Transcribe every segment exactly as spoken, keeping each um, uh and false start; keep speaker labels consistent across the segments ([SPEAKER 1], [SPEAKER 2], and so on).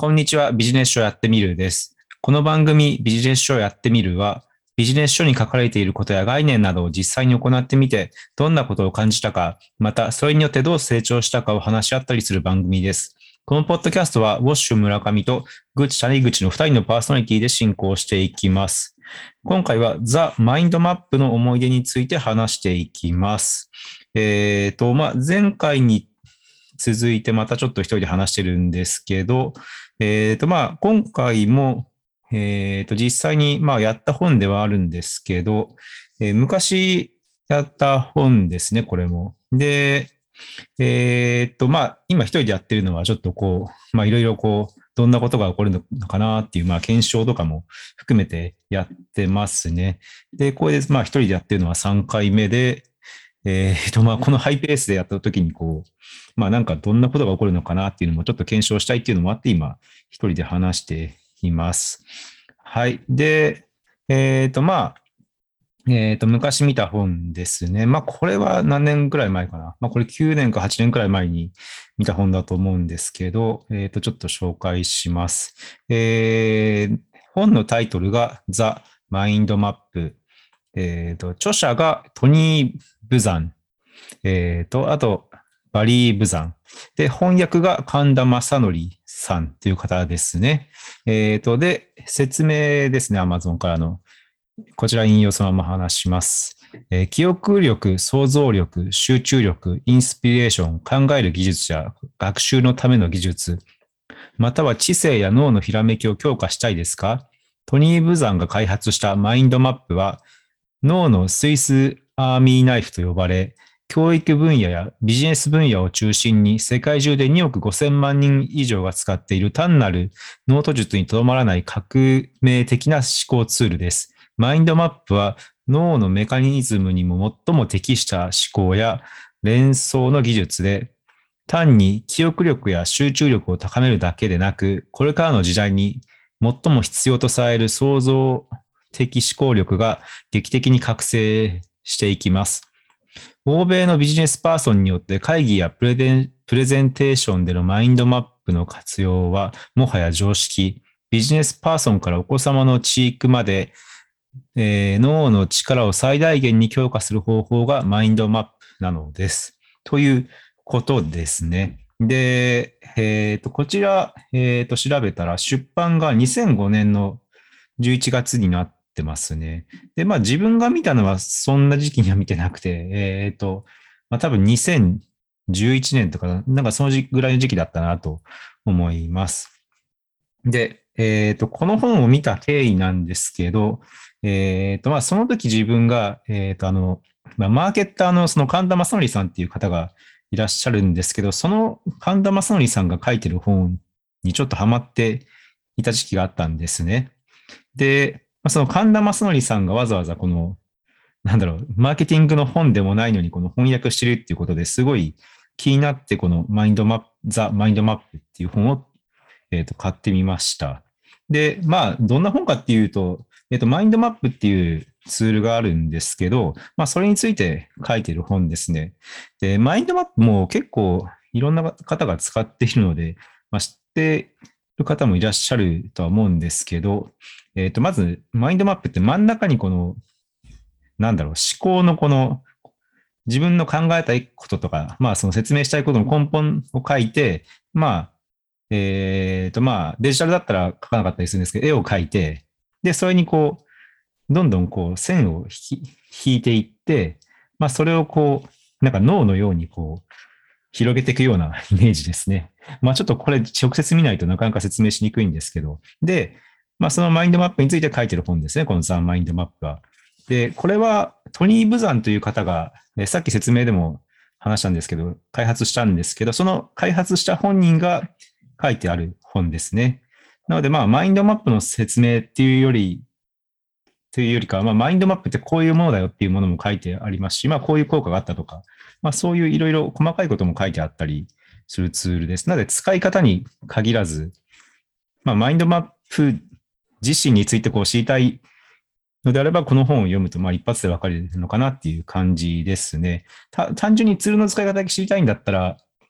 [SPEAKER 1] こんにちは、ビジネス書やってみるです。この番組、ビジネス書やってみるは、ビジネス書に書かれていることや概念などを実際に行ってみて、どんなことを感じたか、またそれによってどう成長したかを話し合ったりする番組です。このポッドキャストは、ウォッシュ村上とグッチ谷口のふたりのパーソナリティで進行していきます。今回はザ・マインドマップの思い出について話していきます。えっ、ー、と、まあ、前回に続いてまたちょっと一人で話してるんですけど、えっ、ー、と、まあ、今回も、えっ、ー、と、実際に、まあ、やった本ではあるんですけど、えー、昔やった本ですね、これも。で、えっ、ー、と、まあ、今一人でやってるのは、ちょっとこう、まあ、いろいろこう、どんなことが起こるのかなっていう、まあ、検証とかも含めてやってますね。で、これで、まあ、一人でやってるのはさんかいめで、えっ、ー、と、まあ、このハイペースでやった時に、こう、まあ、なんかどんなことが起こるのかなっていうのもちょっと検証したいっていうのもあって、今、一人で話しています。はい。で、えっ、ー、と、まあ、えっ、ー、と、昔見た本ですね。まあ、これは何年くらい前かな。まあ、これきゅうねんかはちねんくらい前に見た本だと思うんですけど、えっ、ー、と、ちょっと紹介します。えー、本のタイトルがザ・マインドマップ。えっ、と、著者がトニー・ブザン。えっ、と、あと、バリー・ブザン。で、翻訳が神田正則さんという方ですね。えっ、と、で、説明ですね、Amazon からの。こちら引用そのまま話します。えー、記憶力、想像力、集中力、インスピレーション、考える技術や学習のための技術、または知性や脳のひらめきを強化したいですか？トニー・ブザンが開発したマインドマップは、脳のスイスアーミーナイフと呼ばれ、教育分野やビジネス分野を中心に世界中でにおくごせんまんにん以上が使っている単なるノート術にとどまらない革命的な思考ツールです。マインドマップは脳のメカニズムにも最も適した思考や連想の技術で、単に記憶力や集中力を高めるだけでなく、これからの時代に最も必要とされる創造的思考力が劇的に覚醒していきます。欧米のビジネスパーソンによって会議やプレゼン、プレゼンテーションでのマインドマップの活用はもはや常識。ビジネスパーソンからお子様の知育まで、えー、脳の力を最大限に強化する方法がマインドマップなのです。ということですね。で、えっ、ー、と、こちら、えっ、ー、と、調べたら出版がにせんごねんのじゅういちがつになってますね。で、まあ自分が見たのはそんな時期には見てなくて、えっ、ー、と、まあ多分にせんじゅういちねんとか、なんかそのぐらいの時期だったなと思います。で、えっ、ー、と、この本を見た経緯なんですけど、えっ、ー、と、まあその時自分が、えっ、ー、と、あの、まあ、マーケッターのその神田正則さんっていう方がいらっしゃるんですけど、その神田正則さんが書いてる本にちょっとハマっていた時期があったんですね。で、その神田正則さんがわざわざこの、なんだろう、マーケティングの本でもないのにこの翻訳してるっていうことですごい気になってこのマインドマップ、ザ・マインドマップっていう本を、えー、と買ってみました。で、まあ、どんな本かっていうと、えっ、ー、と、マインドマップっていうツールがあるんですけど、まあ、それについて書いてる本ですね。で、マインドマップも結構いろんな方が使っているので、まあ、知っている方もいらっしゃるとは思うんですけど、えっ、ー、と、まず、マインドマップって真ん中にこの、なんだろう、思考のこの、自分の考えたいこととか、まあ、その説明したいことの根本を書いて、まあ、えっ、ー、と、まあ、デジタルだったら書かなかったりするんですけど、絵を描いて、で、それにこう、どんどんこう、線を引引いていって、まあ、それをこう、なんか脳のようにこう、広げていくようなイメージですね。まあ、ちょっとこれ直接見ないとなかなか説明しにくいんですけど、で、まあ、そのマインドマップについて書いてる本ですね、このザ・マインドマップは。で、これはトニー・ブザンという方が、さっき説明でも話したんですけど、開発したんですけど、その開発した本人が書いてある本ですね。なので、まあ、マインドマップの説明っていうより、というよりかは、まあ、マインドマップってこういうものだよっていうものも書いてありますし、まあ、こういう効果があったとか、まあ、そういういろいろ細かいことも書いてあったりするツールです。なので、使い方に限らず、まあ、マインドマップ自身についてこう知りたいのであれば、この本を読むと、まあ、一発でわかるのかなっていう感じですね。単純にツールの使い方だけ知りたいんだったら、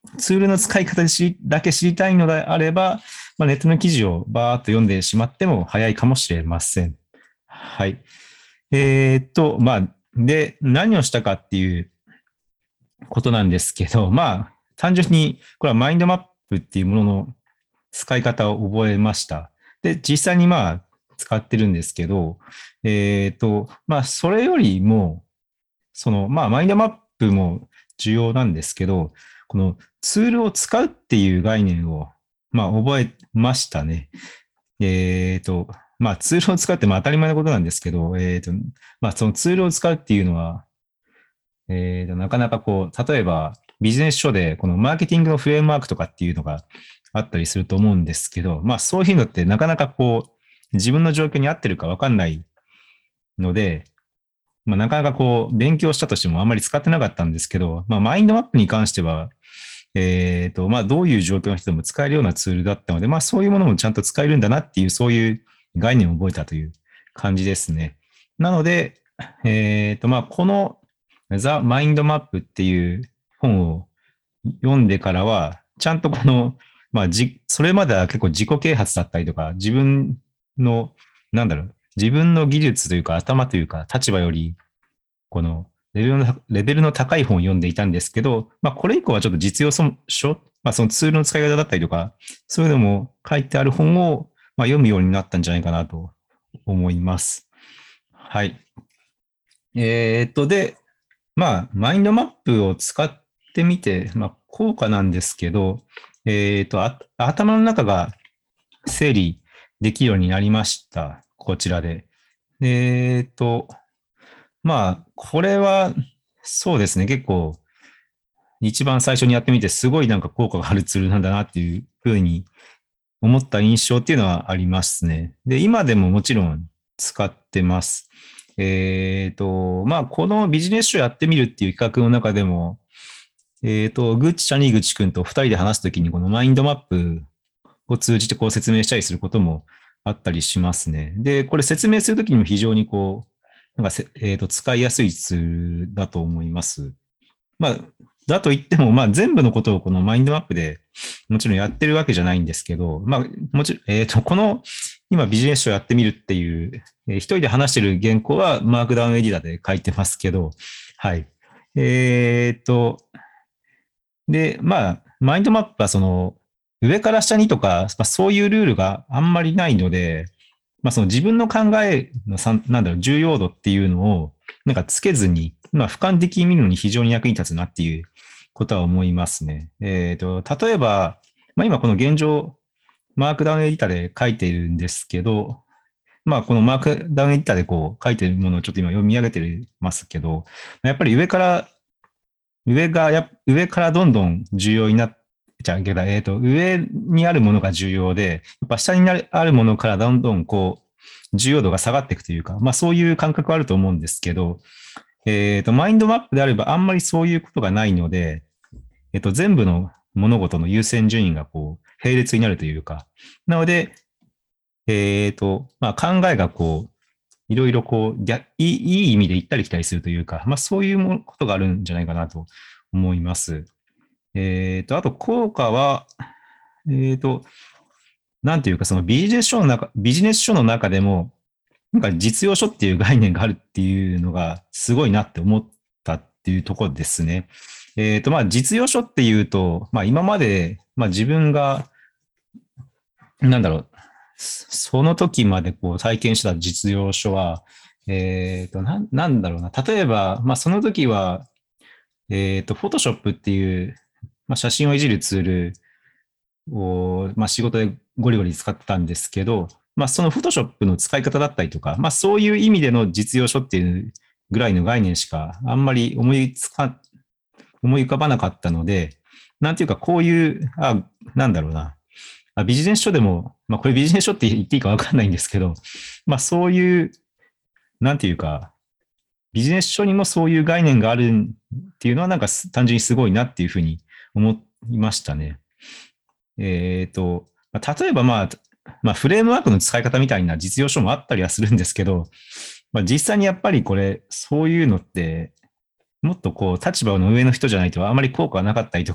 [SPEAKER 1] ツールの使い方だけ知りたいのであれば、まあ、ネットの記事をバーっと読んでしまっても早いかもしれません。はい。えー、っと、まあ、で、何をしたかっていうことなんですけど、まあ、単純に、これはマインドマップっていうものの使い方を覚えました。で、実際にまあ、使ってるんですけど、えっ、と、まあ、それよりも、その、まあ、マインドマップも重要なんですけど、このツールを使うっていう概念を、まあ、覚えましたね。えっ、と、まあ、ツールを使っても当たり前のことなんですけど、えっ、と、まあ、そのツールを使うっていうのは、えーと、なかなかこう、例えばビジネス書でこのマーケティングのフレームワークとかっていうのがあったりすると思うんですけど、まあそういうのってなかなかこう、自分の状況に合ってるかわかんないので、まあなかなかこう、勉強したとしてもあんまり使ってなかったんですけど、まあマインドマップに関しては、えーと、まあどういう状況の人でも使えるようなツールだったので、まあそういうものもちゃんと使えるんだなっていう、そういう概念を覚えたという感じですね。なので、えーと、まあこのザ・マインドマップっていう本を読んでからは、ちゃんとこの、まあ、じ、それまでは結構自己啓発だったりとか、自分の、なんだろう、自分の技術というか頭というか立場より、このレベルの、レベルの高い本を読んでいたんですけど、まあ、これ以降はちょっと実用書、まあ、そのツールの使い方だったりとか、そういうのも書いてある本を、まあ、読むようになったんじゃないかなと思います。はい。えー、っと、で、まあ、マインドマップを使ってみて、まあ、効果なんですけど、えっ、とあ、頭の中が整理できるようになりました。こちらで。えっ、と、まあ、これは、そうですね、結構、一番最初にやってみて、すごいなんか効果があるツールなんだなっていうふうに思った印象っていうのはありますね。で、今でももちろん使ってます。えっ、と、まあ、このビジネス書やってみるっていう企画の中でも、えっ、と、グッチ、谷口くんと二人で話すときに、このマインドマップを通じてこう説明したりすることもあったりしますね。で、これ説明するときにも非常にこう、なんかせ、えっ、と、使いやすいツールだと思います。まあ、だと言っても、まあ、全部のことをこのマインドマップでもちろんやってるわけじゃないんですけど、まあ、もちろん、えっ、と、この今ビジネス書をやってみるっていう、えー一人で話してる原稿はマークダウンエディターで書いてますけど、はい。えっ、と、で、まあ、マインドマップはその、上から下にとか、まあ、そういうルールがあんまりないので、まあ、その自分の考えのさん、なんだろう、重要度っていうのを、なんかつけずに、まあ、俯瞰的に見るのに非常に役に立つなっていうことは思いますね。えっと、例えば、まあ、今この現状、マークダウンエディターで書いているんですけど、まあ、このマークダウンエディターでこう書いてるものをちょっと今読み上げてますけど、やっぱり上から上がや、上からどんどん重要になっちゃうけど、えっ、と、上にあるものが重要で、やっぱ下になるあるものからどんどんこう、重要度が下がっていくというか、まあそういう感覚はあると思うんですけど、えっ、と、マインドマップであればあんまりそういうことがないので、えっ、と、全部の物事の優先順位がこう、並列になるというか、なので、えっ、と、まあ考えがこう、いろいろこう、逆いいいい意味で行ったり来たりするというか、まあそういうもことがあるんじゃないかなと思います。えっと、あと効果は、えっと、なんていうか、そのビジネス書の中、ビジネス書の中でも、なんか実用書っていう概念があるっていうのがすごいなって思ったっていうところですね。えっと、まあ実用書っていうと、まあ今まで、まあ自分が、なんだろう、その時までこう体験した実用書は、えっと、なん、なんだろうな。例えば、まあその時は、えっと、フォトショップっていう、まあ写真をいじるツールを、まあ、仕事でゴリゴリ使ってたんですけど、まあ、そのフォトショップの使い方だったりとか、まあ、そういう意味での実用書っていうぐらいの概念しかあんまり思いつか、思い浮かばなかったので、なんていうか、こういう、あ、なんだろうな。あビジネス書でも、まあ、これビジネス書って言っていいかわかんないんですけど、まあ、そういう、なんていうか、ビジネス書にもそういう概念があるっていうのは、なんか単純にすごいなっていうふうに思いましたね。えっと、例えばまあ、まあ、フレームワークの使い方みたいな実用書もあったりはするんですけど、まあ、実際にやっぱりこれ、そういうのって、もっとこう、立場の上の人じゃないとあまり効果がなかったりとか、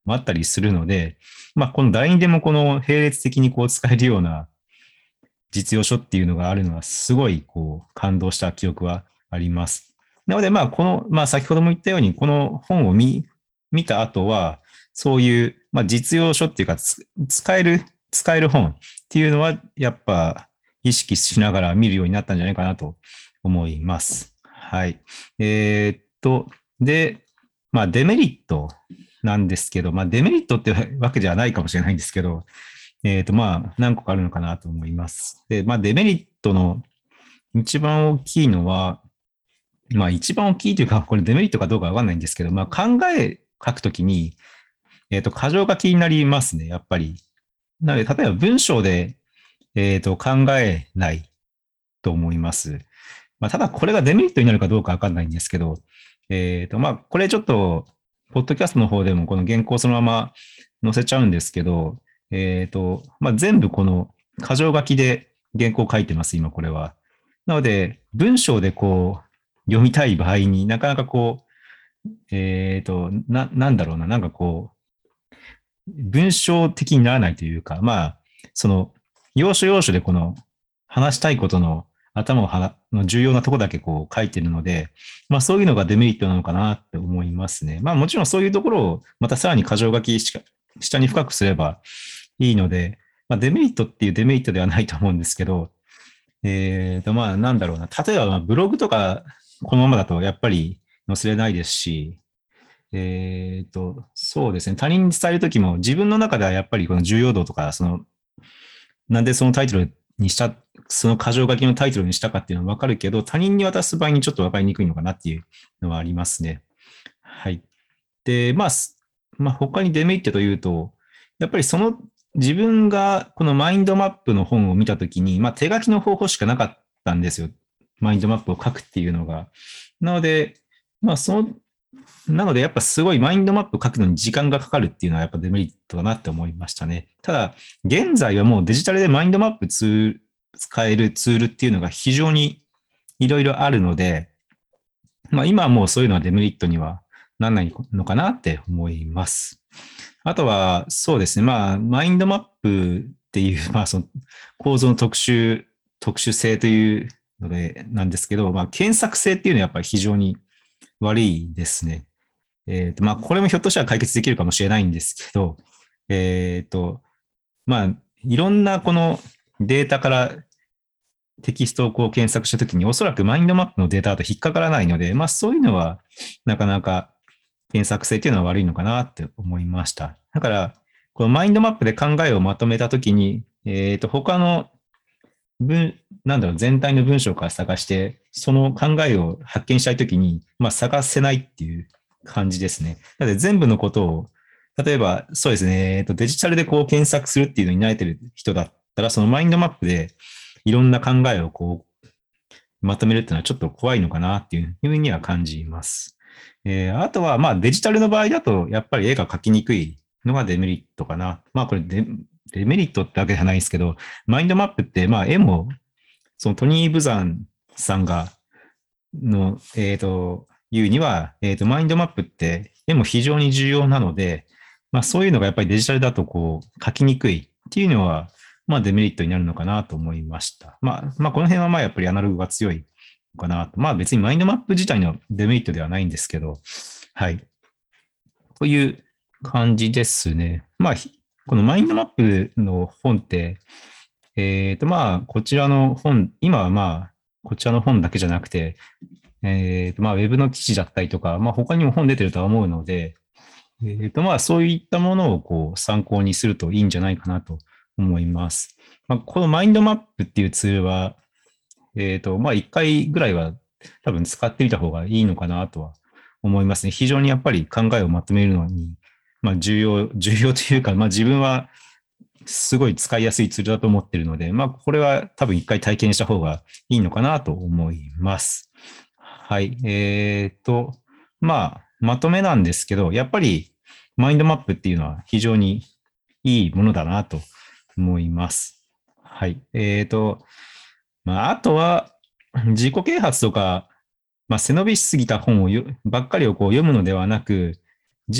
[SPEAKER 1] もあったりするので、まあ、この誰にでもこの並列的にこう使えるような実用書っていうのがあるのはすごいこう感動した記憶はあります。なのでまあこの、まあ先ほども言ったようにこの本を見、見た後はそういう、まあ、実用書っていうか使える、使える本っていうのはやっぱ意識しながら見るようになったんじゃないかなと思います。はい。えーっと、で、まあデメリットなんですけど、まあデメリットってわけじゃないかもしれないんですけど、えっと、まあ、何個かあるのかなと思います。で、まあ、デメリットの一番大きいのは、まあ、一番大きいというか、これデメリットかどうかわかんないんですけど、まあ、考え書くときに、えっと、箇条書きになりますね、やっぱり。なので、例えば文章で、えっと、考えないと思います。まあ、ただ、これがデメリットになるかどうかわかんないんですけど、えっと、まあ、これちょっと、ポッドキャストの方でもこの原稿そのまま載せちゃうんですけど、えっと、まあ、全部この箇条書きで原稿を書いてます、今これは。なので、文章でこう、読みたい場合になかなかこう、えっと、な、なんだろうな、なんかこう、文章的にならないというか、まあ、その、要所要所でこの、話したいことの頭をはの重要なところだけこう書いてるので、まあそういうのがデメリットなのかなって思いますね。まあもちろんそういうところをまたさらに箇条書きしか下に深くすればいいので、まあデメリットっていうデメリットではないと思うんですけど、えーとまあなんだろうな。例えばまあブログとかこのままだとやっぱり載せれないですし、えーと、そうですね。他人に伝えるときも自分の中ではやっぱりこの重要度とか、そのなんでそのタイトルにした、その箇条書きのタイトルにしたかっていうのはわかるけど、他人に渡す場合にちょっとわかりにくいのかなっていうのはありますね。はい。で、まあ、まあ、他にデメリットというと、やっぱりその自分がこのマインドマップの本を見たときに、まあ、手書きの方法しかなかったんですよ。マインドマップを書くっていうのが。なので、まあ、そのなので、やっぱすごいマインドマップ書くのに時間がかかるっていうのはやっぱデメリットだなって思いましたね。ただ、現在はもうデジタルでマインドマップツール使えるツールっていうのが非常にいろいろあるので、まあ今はもうそういうのはデメリットにはならないのかなって思います。あとは、そうですね。まあ、マインドマップっていう、まあその構造の特殊、特殊性というのでなんですけど、まあ検索性っていうのはやっぱり非常に悪いですね。えっと、まあ、これもひょっとしたら解決できるかもしれないんですけど、えっと、まあ、いろんなこのデータからテキストをこう検索したときに、おそらくマインドマップのデータだと引っかからないので、まあ、そういうのはなかなか検索性っていうのは悪いのかなって思いました。だから、このマインドマップで考えをまとめたときに、えっと、他の文、なんだろう、全体の文章から探して、その考えを発見したいときに、まあ、探せないっていう感じですね。なので、全部のことを、例えば、そうですね、えっと、デジタルでこう検索するっていうのに慣れてる人だったら、そのマインドマップでいろんな考えをこう、まとめるっていうのはちょっと怖いのかなっていうふうには感じます。えー、あとは、まあ、デジタルの場合だと、やっぱり絵が描きにくいのがデメリットかな。まあ、これデ、デメリットってわけじゃないですけど、マインドマップって、まあ、絵もそのトニー・ブザンさんが、の、えっ、と、言うには、えっ、と、マインドマップって絵も非常に重要なので、まあそういうのがやっぱりデジタルだとこう書きにくいっていうのは、まあデメリットになるのかなと思いました。まあ、まあこの辺はまあやっぱりアナログが強いのかなと。まあ別にマインドマップ自体のデメリットではないんですけど、はい。という感じですね。まあ、このマインドマップの本って、えっと、まあ、こちらの本、今はまあ、こちらの本だけじゃなくて、えっと、まあ、ウェブの記事だったりとか、まあ、他にも本出てるとは思うので、えっと、まあ、そういったものをこう参考にするといいんじゃないかなと思います。まあ、このマインドマップっていうツールは、えっと、まあ、一回ぐらいは多分使ってみた方がいいのかなとは思いますね。非常にやっぱり考えをまとめるのに、まあ、重要、重要というか、まあ、自分はすごい使いやすいツールだと思ってるので、まあ、これは多分一回体験した方がいいのかなと思います。はい。えっと、まあ、まとめなんですけど、やっぱりマインドマップっていうのは非常にいいものだなと思います。はい。えっと、まあ、あとは、自己啓発とか、まあ、背伸びしすぎた本をよばっかりをこう読むのではなく、じ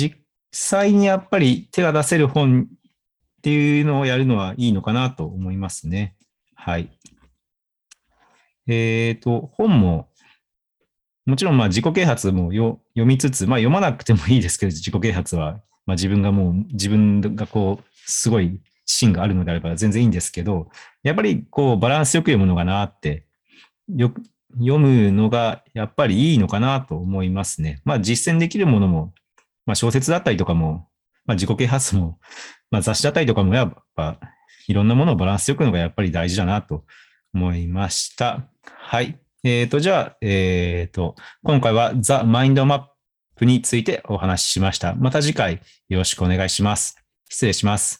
[SPEAKER 1] 実際にやっぱり手が出せる本っていうのをやるのはいいのかなと思いますね。はい。えっ、と、本も、もちろんまあ自己啓発もよ読みつつ、まあ読まなくてもいいですけど、自己啓発は、まあ自分がもう、自分がこう、すごい芯があるのであれば全然いいんですけど、やっぱりこう、バランスよく読むのかなって、よく、読むのがやっぱりいいのかなと思いますね。まあ実践できるものも、まあ小説だったりとかも、まあ自己啓発も、まあ雑誌だったりとかもやっぱ、いろんなものをバランスよくのがやっぱり大事だなと思いました。はい。えっ、と、じゃあ、えっ、と、今回はザ・マインドマップについてお話ししました。また次回よろしくお願いします。失礼します。